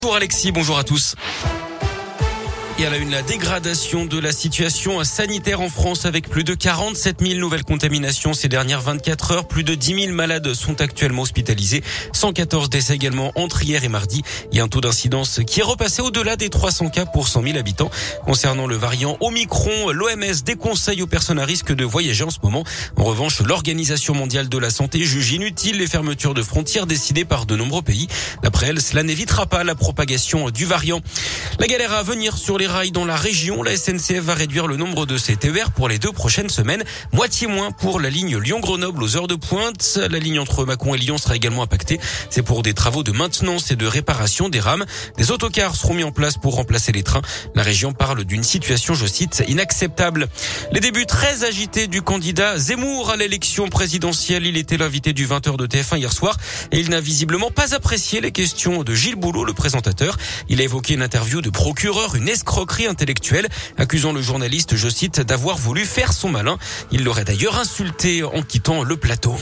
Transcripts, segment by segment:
Bonjour Alexis, bonjour à tous. Et à la une, la dégradation de la situation sanitaire en France avec plus de 47 000 nouvelles contaminations ces dernières 24 heures. Plus de 10 000 malades sont actuellement hospitalisés. 114 décès également entre hier et mardi. Il y a un taux d'incidence qui est repassé au-delà des 300 cas pour 100 000 habitants. Concernant le variant Omicron, l'OMS déconseille aux personnes à risque de voyager en ce moment. En revanche, l'Organisation mondiale de la santé juge inutile les fermetures de frontières décidées par de nombreux pays. D'après elle, cela n'évitera pas la propagation du variant. La galère à venir sur les rails dans la région. La SNCF va réduire le nombre de ses TER pour les 2 prochaines semaines. Moitié moins pour la ligne Lyon-Grenoble aux heures de pointe. La ligne entre Mâcon et Lyon sera également impactée. C'est pour des travaux de maintenance et de réparation des rames. Des autocars seront mis en place pour remplacer les trains. La région parle d'une situation, je cite, inacceptable. Les débuts très agités du candidat Zemmour à l'élection présidentielle. Il était l'invité du 20h de TF1 hier soir et il n'a visiblement pas apprécié les questions de Gilles Boulot, le présentateur. Il a évoqué une interview de procureur, une escroquerie intellectuelle, accusant le journaliste, je cite, d'avoir voulu faire son malin. Il l'aurait d'ailleurs insulté en quittant le plateau.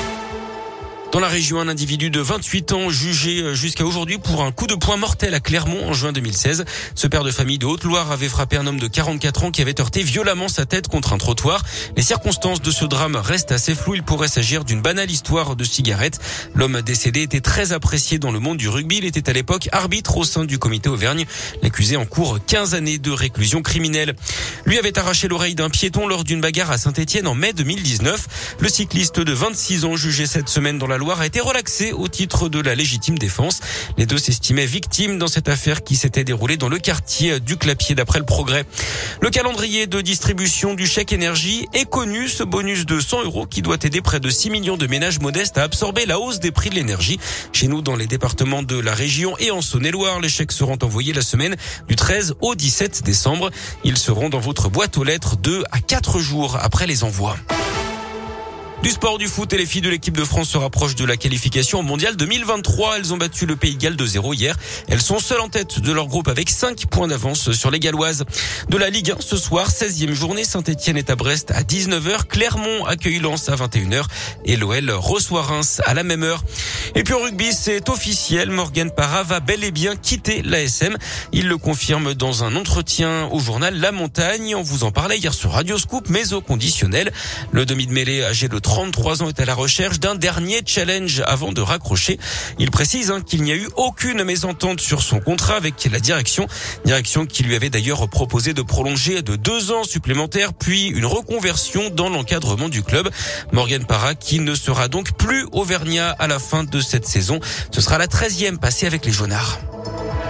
Dans la région, un individu de 28 ans jugé jusqu'à aujourd'hui pour un coup de poing mortel à Clermont en juin 2016. Ce père de famille de Haute-Loire avait frappé un homme de 44 ans qui avait heurté violemment sa tête contre un trottoir. Les circonstances de ce drame restent assez floues. Il pourrait s'agir d'une banale histoire de cigarette. L'homme décédé était très apprécié dans le monde du rugby. Il était à l'époque arbitre au sein du comité Auvergne. L'accusé encourt 15 années de réclusion criminelle. Lui avait arraché l'oreille d'un piéton lors d'une bagarre à Saint-Étienne en mai 2019. Le cycliste de 26 ans jugé cette semaine dans la Loire a été relaxé au titre de la légitime défense. Les deux s'estimaient victimes dans cette affaire qui s'était déroulée dans le quartier du Clapier d'après le Progrès. Le calendrier de distribution du chèque énergie est connu. Ce bonus de 100 € qui doit aider près de 6 millions de ménages modestes à absorber la hausse des prix de l'énergie. Chez nous, dans les départements de la région et en Saône-et-Loire, les chèques seront envoyés la semaine du 13 au 17 décembre. Ils seront dans votre boîte aux lettres 2 à 4 jours après les envois. Du sport, du foot et les filles de l'équipe de France se rapprochent de la qualification au mondial 2023. Elles ont battu le Pays de Galles 2-0 hier. Elles sont seules en tête de leur groupe avec 5 points d'avance sur les Galloises. De la Ligue 1 ce soir, 16e journée. Saint-Etienne est à Brest à 19h. Clermont accueille Lens à 21h. Et l'OL reçoit Reims à la même heure. Et puis en rugby, c'est officiel. Morgan Parra va bel et bien quitter l'ASM. Il le confirme dans un entretien au journal La Montagne. On vous en parlait hier sur Radio Scoop, mais au conditionnel. Le demi de mêlée âgé de 33 ans est à la recherche d'un dernier challenge avant de raccrocher. Il précise qu'il n'y a eu aucune mésentente sur son contrat avec la direction qui lui avait d'ailleurs proposé de prolonger de 2 ans supplémentaires puis une reconversion dans l'encadrement du club. Morgan Parra qui ne sera donc plus auvergnat à la fin de cette saison. Ce sera la 13e passée avec les Jaunards.